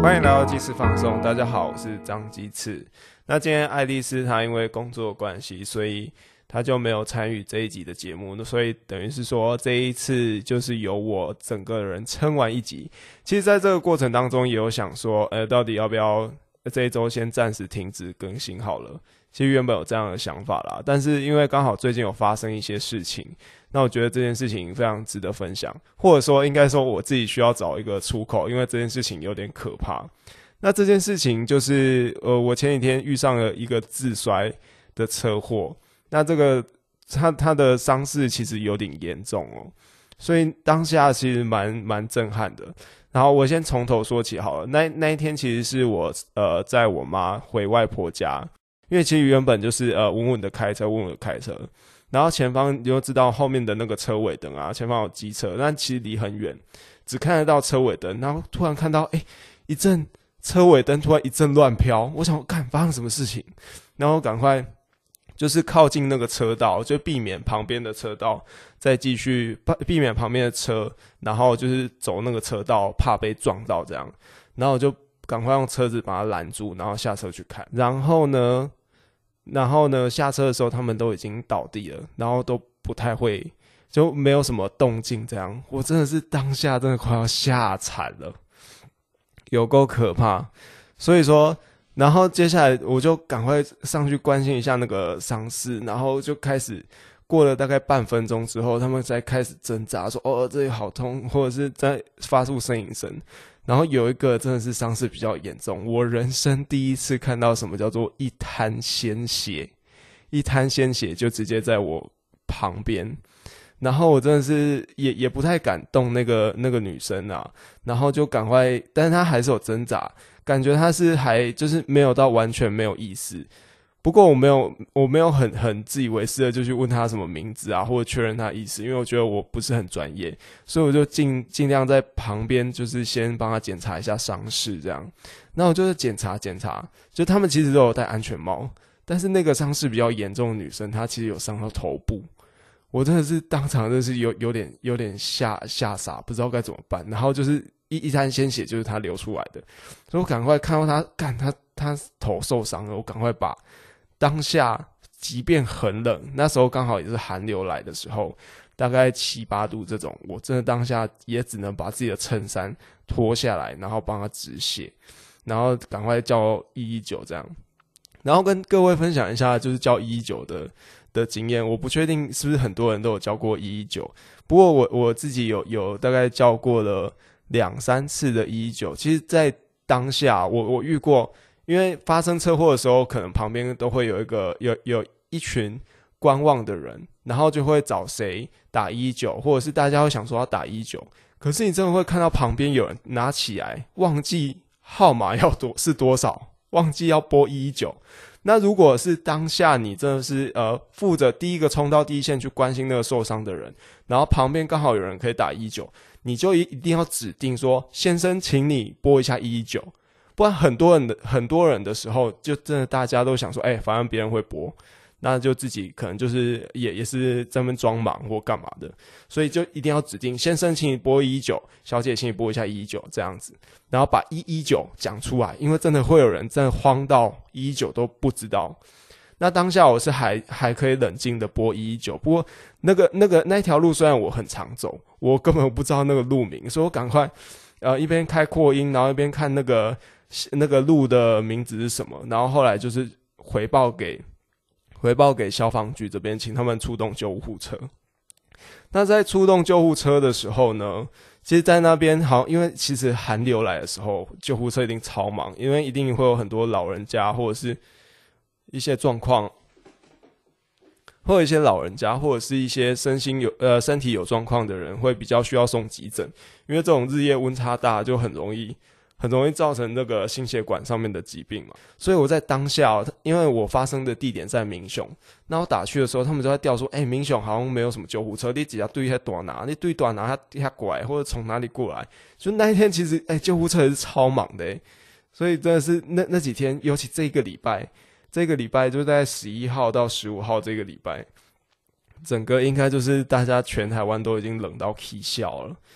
欢迎来到鸡翅放送，大家好，我是张鸡翅。那今天爱丽丝她因为工作关系，所以她就没有参与这一集的节目，所以等于是说这一次就是由我整个人撑完一集。其实在这个过程当中也有想说，到底要不要这一周先暂时停止更新好了。其实原本有这样的想法啦，但是因为刚好最近有发生一些事情，那我觉得这件事情非常值得分享，或者说应该说我自己需要找一个出口，因为这件事情有点可怕。那这件事情就是我前几天遇上了一个自摔的车祸，那这个他的伤势其实有点严重哦，所以当下其实蛮震撼的。然后我先从头说起好了，那一天其实是我载我妈回外婆家。因为其实原本就是稳稳的开车，然后前方你就知道后面的那个车尾灯啊，前方有机车，但其实离很远，只看得到车尾灯，然后突然看到一阵车尾灯突然一阵乱飘，我想看发生什么事情，然后赶快就是靠近那个车道，就避免旁边的车道再继续避免旁边的车，然后就是走那个车道，怕被撞到这样，然后我就赶快用车子把它拦住，然后下车去看，然后呢，下车的时候他们都已经倒地了，然后都不太会，就没有什么动静这样。我真的是当下真的快要吓惨了，有够可怕。所以说，然后接下来我就赶快上去关心一下那个伤势，然后就开始过了大概半分钟之后，他们才开始挣扎说：“哦，这里好痛”，或者是在发出呻吟声。然后有一个真的是伤势比较严重，我人生第一次看到什么叫做一滩鲜血，一滩鲜血就直接在我旁边，然后我真的是也不太敢动那个女生啊，然后就赶快，但是她还是有挣扎，感觉她是还就是没有到完全没有意识。不过我没有很自以为是的就去问他什么名字啊，或者确认他的意思，因为我觉得我不是很专业，所以我就尽量在旁边就是先帮他检查一下伤势这样。那我就是检查，就他们其实都有戴安全帽，但是那个伤势比较严重的女生，她其实有伤到头部。我真的是当场真的是有点吓傻，不知道该怎么办。然后就是一滩鲜血就是她流出来的，所以我赶快看到她头受伤了，我赶快把。当下即便很冷，那时候刚好也是寒流来的时候，大概7、8度这种，我真的当下也只能把自己的衬衫脱下来，然后帮他止血，然后赶快叫119这样。然后跟各位分享一下，就是叫119的经验。我不确定是不是很多人都有叫过119，不过我自己有大概叫过了2、3次的119。其实，在当下我遇过。因为发生车祸的时候，可能旁边都会有一群观望的人，然后就会找谁打119，或者是大家会想说要打119，可是你真的会看到旁边有人拿起来，忘记号码是多少，忘记要拨119。那如果是当下你真的是负责第一个冲到第一线去关心那个受伤的人，然后旁边刚好有人可以打119，你就一定要指定说，先生，请你拨一下119。不然很多人的时候，就真的大家都想说，反正别人会播，那就自己可能就是也是在那边装忙或干嘛的，所以就一定要指定先生，请你拨119，小姐，请你拨一下119这样子，然后把119讲出来，因为真的会有人真的慌到119都不知道。那当下我是还可以冷静的拨119，不过那一条路虽然我很常走，我根本不知道那个路名，所以我赶快一边开扩音，然后一边看那个路的名字是什么，然后后来就是回报给消防局这边，请他们出动救护车。那在出动救护车的时候呢，其实在那边好，因为其实寒流来的时候，救护车一定超忙，因为一定会有很多老人家或者是一些状况，或者一些老人家或者是一些身体有状况的人会比较需要送急诊，因为这种日夜温差大就很容易造成那个心血管上面的疾病嘛。所以我在当下，因为我发生的地点在民雄，那我打去的时候，他们就在调说，民雄好像没有什么救护车，你只要对下大拿，你对大拿他过来，或者从哪里过来。就那一天其实救护车也是超忙的所以真的是那几天，尤其这个礼拜就在11号到15号这个礼拜，整个应该就是大家全台湾都已经冷到起笑了。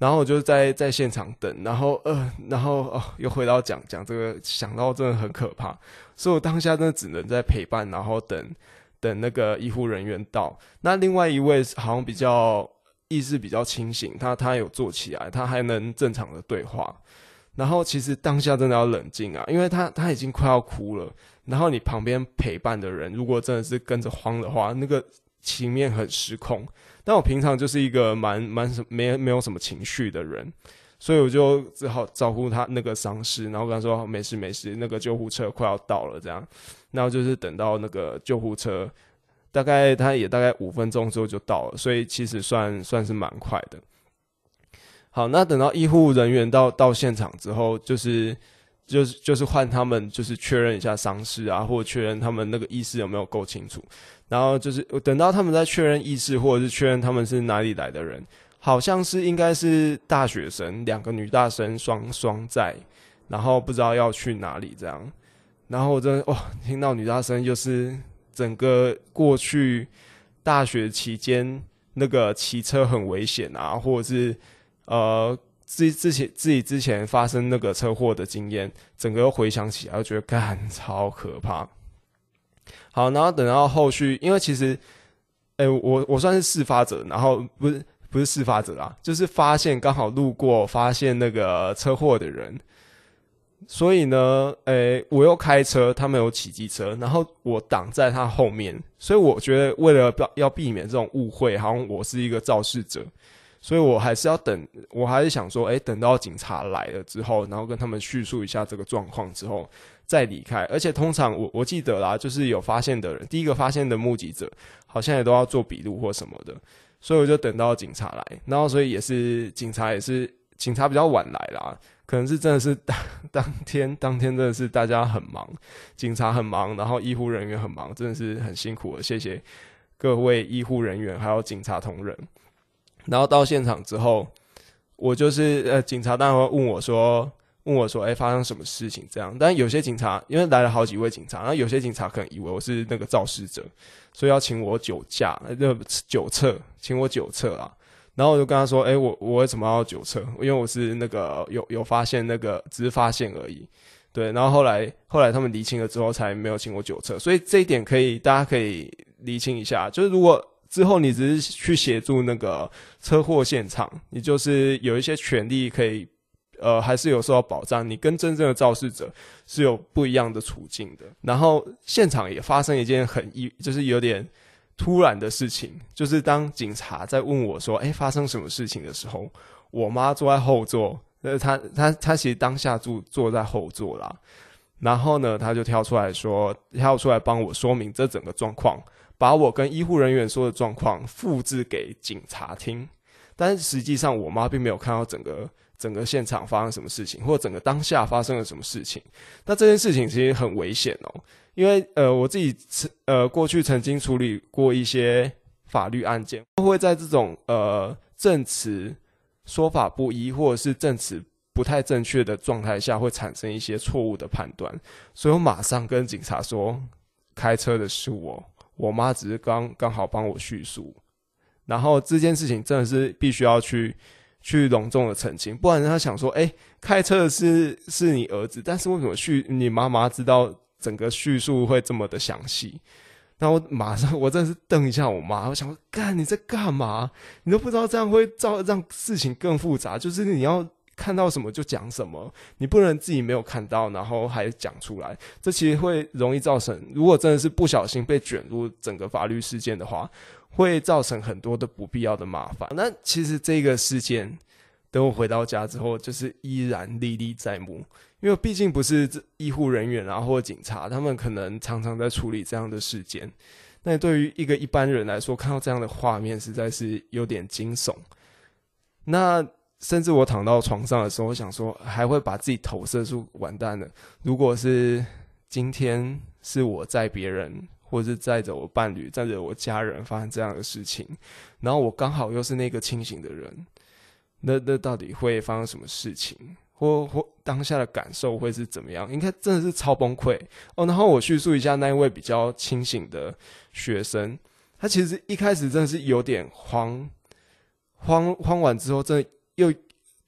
然后我就在现场等，然后又回到讲这个，想到真的很可怕，所以我当下真的只能在陪伴，然后等那个医护人员到。那另外一位好像比较意识比较清醒，他有坐起来，他还能正常的对话。然后其实当下真的要冷静啊，因为他已经快要哭了，然后你旁边陪伴的人如果真的是跟着慌的话，那个情面很失控。但我平常就是一个没有什么情绪的人，所以我就只好招呼他那个伤势，然后跟他说没事，那个救护车快要到了这样。然后就是等到那个救护车，大概5分钟之后就到了，所以其实算是蛮快的。好，那等到医护人员到现场之后，就是换他们就是确认一下伤势啊，或者确认他们那个意识有没有够清楚。然后就是等到他们在确认意识，或者是确认他们是哪里来的人，好像是应该是大学生，2个女大生双载，然后不知道要去哪里这样。然后我真的听到女大生就是整个过去大学期间那个骑车很危险啊，或者是自己之前发生那个车祸的经验，整个又回想起来，就觉得干超可怕。好，然后等到后续，因为其实，我算是事发者，然后不是事发者啦，就是刚好路过发现那个车祸的人，所以呢，我又开车，他们有骑机车，然后我挡在他后面，所以我觉得为了要避免这种误会，好像我是一个肇事者。所以我还是要等，我还是想说，等到警察来了之后，然后跟他们叙述一下这个状况之后再离开。而且通常我记得啦，就是有发现的人，第一个发现的目击者好像也都要做笔录或什么的，所以我就等到警察来，然后所以警察比较晚来啦，可能是真的是当天真的是大家很忙，警察很忙，然后医护人员很忙，真的是很辛苦了，谢谢各位医护人员还有警察同仁。然后到现场之后，我就是警察当然会问我说发生什么事情这样。但有些警察因为来了好几位警察，然后有些警察可能以为我是那个肇事者，所以要请我酒测，请我酒测啦。然后我就跟他说，我为什么要酒测？因为我是那个有发现那个只是发现而已。对，然后后来他们厘清了之后才没有请我酒测，所以这一点大家可以厘清一下，就是如果之后你只是去协助那个车祸现场，你就是有一些权利可以还是有受到保障，你跟真正的肇事者是有不一样的处境的。然后现场也发生一件就是有点突然的事情，就是当警察在问我说发生什么事情的时候，我妈坐在后座，她其实当下坐在后座啦，然后呢她就跳出来帮我说明这整个状况，把我跟医护人员说的状况复制给警察听，但是实际上我妈并没有看到整个现场发生什么事情，或者整个当下发生了什么事情。那这件事情其实很危险因为我自己过去曾经处理过一些法律案件，会在这种证词说法不一或者是证词不太正确的状态下，会产生一些错误的判断，所以我马上跟警察说，开车的是我妈只是刚好帮我叙述，然后这件事情真的是必须要去隆重的澄清，不然他想说，开车的是你儿子，但是为什么你妈妈知道整个叙述会这么的详细？那我真的是瞪一下我妈，我想说，干你在干嘛？你都不知道这样会让事情更复杂，就是你要看到什么就讲什么，你不能自己没有看到然后还讲出来，这其实会容易造成，如果真的是不小心被卷入整个法律事件的话，会造成很多的不必要的麻烦。那其实这个事件等我回到家之后就是依然历历在目，因为毕竟不是医护人员啊或者警察，他们可能常常在处理这样的事件，那对于一个一般人来说，看到这样的画面实在是有点惊悚。那甚至我躺到床上的时候，我想说还会把自己投射出完蛋了，如果是今天是我载别人或者是载着我伴侣载着我家人发生这样的事情，然后我刚好又是那个清醒的人，那到底会发生什么事情，或当下的感受会是怎么样？应该真的是超崩溃然后我叙述一下那一位比较清醒的学生，他其实一开始真的是有点慌完之后，真的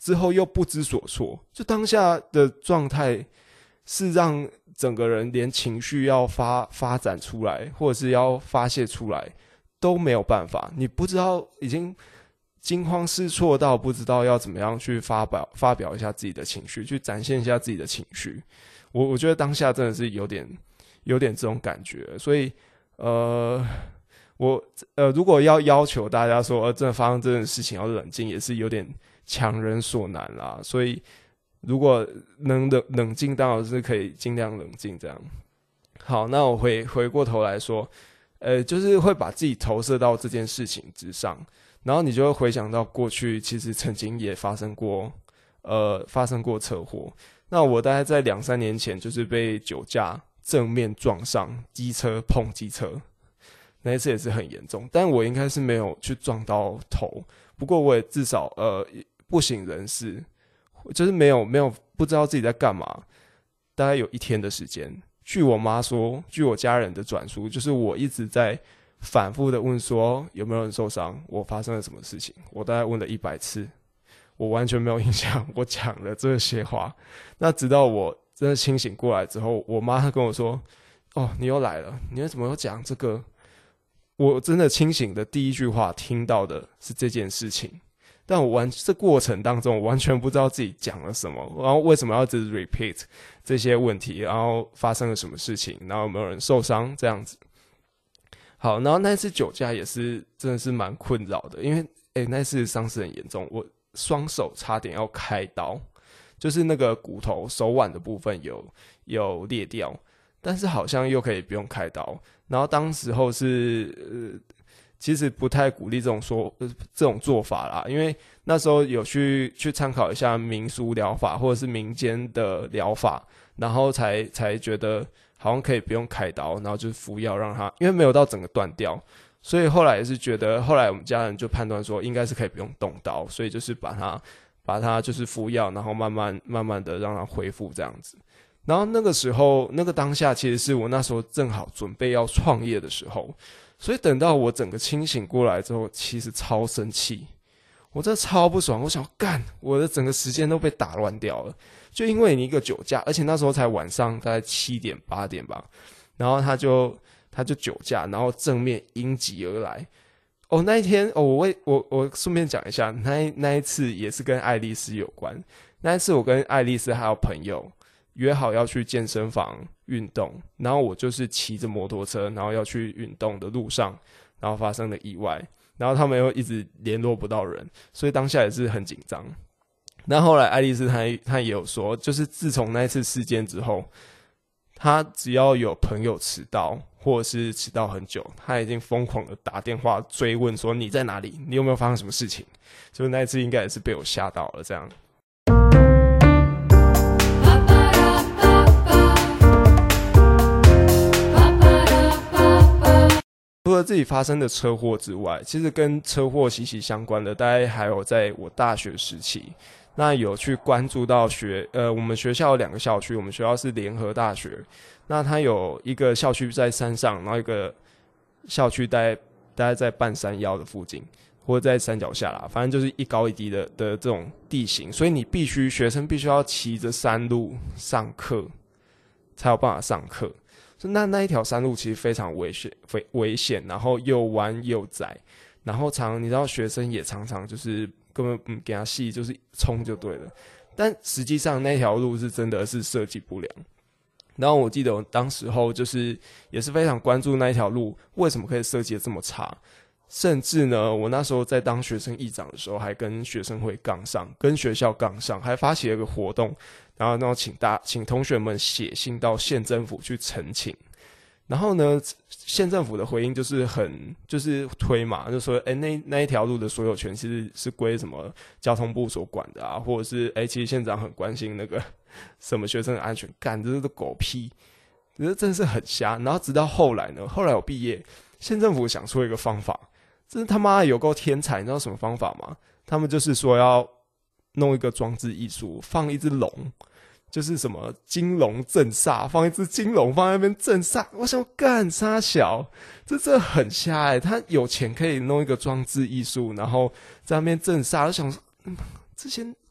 之后又不知所措，就当下的状态是让整个人连情绪要发展出来，或者是要发泄出来都没有办法。你不知道，已经惊慌失措到不知道要怎么样去发表一下自己的情绪，去展现一下自己的情绪。我觉得当下真的是有点这种感觉，所以如果要求大家说真的发生这件事情要冷静，也是有点强人所难啦。所以如果能冷静，当然是可以尽量冷静这样。好，那我回过头来说，就是会把自己投射到这件事情之上，然后你就会回想到过去其实曾经也发生过车祸。那我大概在2-3年前就是被酒驾正面撞上，机车碰机车，那一次也是很严重，但我应该是没有去撞到头，不过我也至少不省人事，就是没有不知道自己在干嘛，大概有1天的时间。据我妈说，据我家人的转述，就是我一直在反复的问说有没有人受伤，我发生了什么事情，我大概问了100次，我完全没有印象我讲了这些话。那直到我真的清醒过来之后，我妈跟我说：“哦，你又来了，你为什么又讲这个？”我真的清醒的第一句话听到的是这件事情，但这过程当中我完全不知道自己讲了什么，然后为什么要一直 repeat 这些问题，然后发生了什么事情，然后有没有人受伤这样子。好，然后那次酒驾也是真的是蛮困扰的，因为那次伤势很严重，我双手差点要开刀，就是那个骨头手腕的部分有裂掉，但是好像又可以不用开刀。然后当时候是其实不太鼓励这种做法啦，因为那时候有去参考一下民俗疗法或者是民间的疗法，然后才觉得好像可以不用开刀，然后就是服药让它，因为没有到整个断掉，所以后来也是觉得，后来我们家人就判断说应该是可以不用动刀，所以就是把它就是服药，然后慢慢的让它恢复这样子。然后那个时候那个当下其实是我那时候正好准备要创业的时候，所以等到我整个清醒过来之后，其实超生气，我真的超不爽，我想干，我的整个时间都被打乱掉了，就因为你一个酒驾，而且那时候才晚上大概7点8点吧，然后他就酒驾，然后正面迎击而来。那一天我顺便讲一下，那一次也是跟爱丽丝有关。那一次我跟爱丽丝还有朋友约好要去健身房运动，然后我就是骑着摩托车，然后要去运动的路上，然后发生了意外，然后他们又一直联络不到人，所以当下也是很紧张。那后来爱丽丝她也有说，就是自从那一次事件之后，她只要有朋友迟到或者是迟到很久，她已经疯狂的打电话追问说你在哪里，你有没有发生什么事情。就那一次应该也是被我吓到了这样。除了自己发生的车祸之外，其实跟车祸息息相关的大概还有在我大学时期，那有去关注到我们学校有2个校区，我们学校是联合大学，那它有一个校区在山上，然后一个校区大概在半山腰的附近，或者在山脚下啦，反正就是一高一低的这种地形，所以你学生必须要骑着山路上课，才有办法上课。那一条山路其实非常危险，然后又弯又窄，然后你知道学生也常常就是根本不给他细，就是冲就对了。但实际上那条路是真的是设计不良。然后我记得我当时候就是也是非常关注那一条路为什么可以设计的这么差，甚至呢，我那时候在当学生议长的时候，还跟学生会杠上，跟学校杠上，还发起了一个活动，然后请同学们写信到县政府去陈情。然后呢，县政府的回应就是就是推嘛，就说那一条路的所有权其实是归什么交通部所管的啊，或者是其实县长很关心那个什么学生的安全，干这是狗屁，这真的是很瞎。然后直到后来我毕业，县政府想出一个方法，真是他妈有够天才，你知道什么方法吗？他们就是说要弄一个装置艺术，放一只龙。就是什么金龙镇煞，放一只金龙放在那边镇煞，我想干啥小，这很瞎他有钱可以弄一个装置艺术，然后在那边镇煞，我想说，这些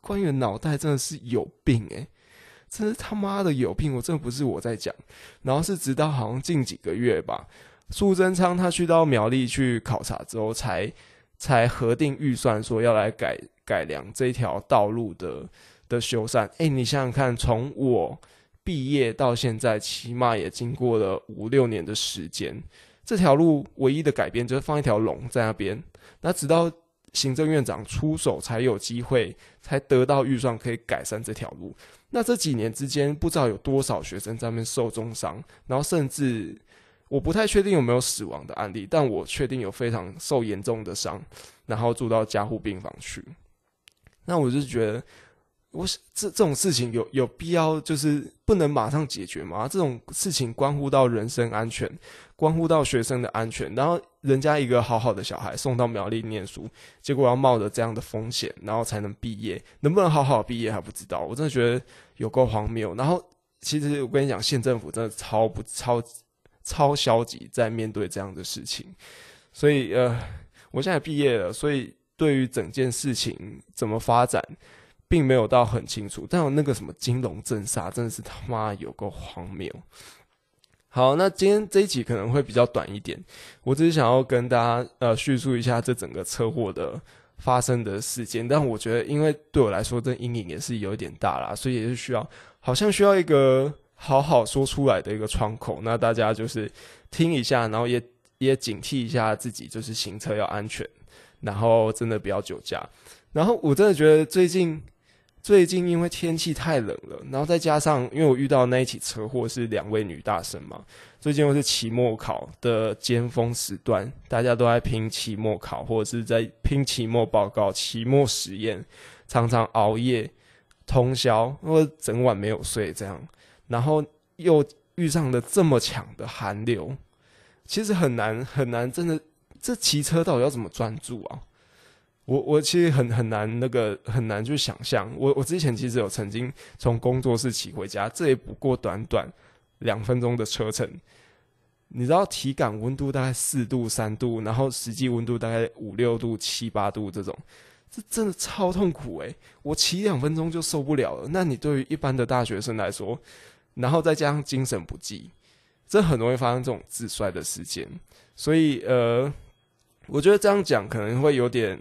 官员脑袋真的是有病真是他妈的有病，我真的不是我在讲。然后是直到好像近几个月吧，苏贞昌他去到苗栗去考察之后才核定预算，说要来改良这一条道路的修缮。你想想看，从我毕业到现在，起码也经过了5-6年的时间。这条路唯一的改变就是放一条龙在那边，那直到行政院长出手才有机会，才得到预算可以改善这条路。那这几年之间，不知道有多少学生在那边受重伤，然后甚至我不太确定有没有死亡的案例，但我确定有非常受严重的伤，然后住到加护病房去。那我就觉得，这种事情有必要就是不能马上解决吗？这种事情关乎到人身安全，关乎到学生的安全，然后人家一个好好的小孩送到苗栗念书，结果要冒着这样的风险，然后才能毕业，能不能好好毕业还不知道，我真的觉得有够荒谬。然后其实我跟你讲，县政府真的超消极在面对这样的事情，所以我现在毕业了，所以对于整件事情怎么发展并没有到很清楚，但有那个什么金融政杀真的是他妈有够荒谬。好，那今天这一集可能会比较短一点，我只是想要跟大家叙述一下这整个车祸的发生的事件，但我觉得因为对我来说这阴影也是有一点大啦，所以也是好像需要一个好好说出来的一个窗口，那大家就是听一下，然后也警惕一下自己，就是行车要安全，然后真的不要酒驾。然后我真的觉得最近因为天气太冷了，然后再加上因为我遇到那一起车祸是2位女大生嘛，最近又是期末考的尖峰时段，大家都在拼期末考，或者是在拼期末报告、期末实验，常常熬夜、通宵，或者整晚没有睡这样，然后又遇上了这么强的寒流，其实很难，真的，这骑车到底要怎么专注啊？我其实很难去想象。我之前其实有曾经从工作室骑回家，这也不过短短2分钟的车程。你知道体感温度大概4度3度，然后实际温度大概5、6度、7、8度这种，这真的超痛苦我骑2分钟就受不了了。那你对于一般的大学生来说，然后再加上精神不济，这很容易发生这种自摔的事件。所以我觉得这样讲可能会有点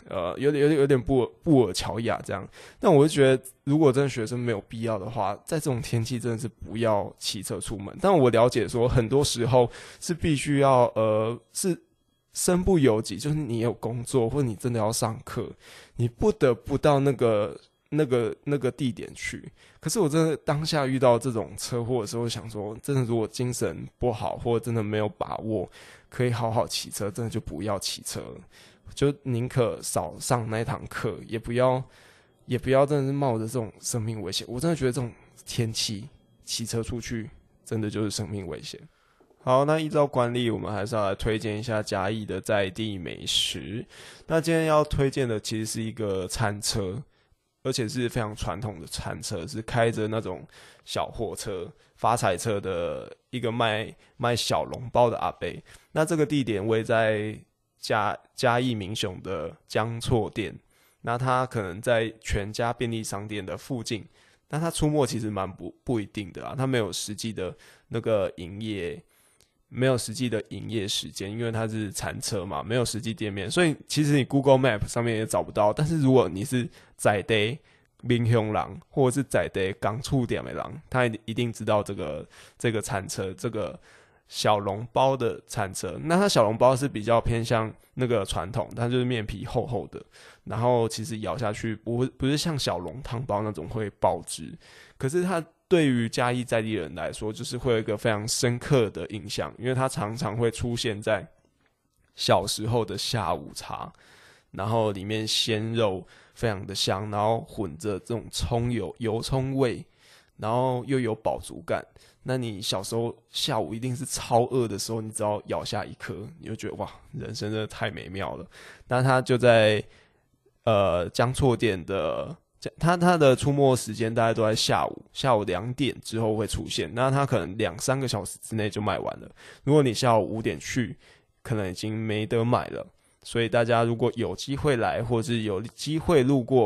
布尔乔亚这样，但我就觉得，如果真的学生没有必要的话，在这种天气真的是不要骑车出门。但我了解说，很多时候是必须要是身不由己，就是你有工作或者你真的要上课，你不得不到那个地点去。可是我真的当下遇到这种车祸的时候，想说，真的如果精神不好或者真的没有把握可以好好骑车，真的就不要骑车了。就宁可少上那一堂课，也不要真的是冒着这种生命危险。我真的觉得这种天气骑车出去，真的就是生命危险。好，那依照惯例，我们还是要来推荐一下嘉义的在地美食。那今天要推荐的其实是一个餐车，而且是非常传统的餐车，是开着那种小货车、发财车的一个卖小笼包的阿伯。那这个地点位在嘉义民雄的江错店，那他可能在全家便利商店的附近，那他出没其实蛮不一定的啊，他没有实际的那个营业，没有实际的营业时间，因为它是餐车嘛，没有实际店面，所以其实你 Google Map 上面也找不到。但是如果你是在地民雄人，或者是在地刚触点的人，他一定知道这个餐车，这个小笼包的餐车。那它小笼包是比较偏向那个传统，它就是面皮厚厚的，然后其实咬下去不是像小笼汤包那种会爆汁，可是它对于嘉义在地人来说，就是会有一个非常深刻的印象，因为它常常会出现在小时候的下午茶，然后里面鲜肉非常的香，然后混着这种葱油葱味，然后又有饱足感。那你小时候下午一定是超饿的时候，你只要咬下一颗，你就觉得哇，人生真的太美妙了。那它就在江错店的，它的出没时间大概都在下午2点之后会出现。那它可能2-3个小时之内就卖完了。如果你下午5点去，可能已经没得买了。所以大家如果有机会来，或是有机会路过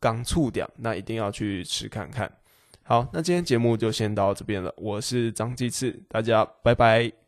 港醋点，那一定要去吃看看。好，那今天节目就先到这边了，我是张继次，大家拜拜。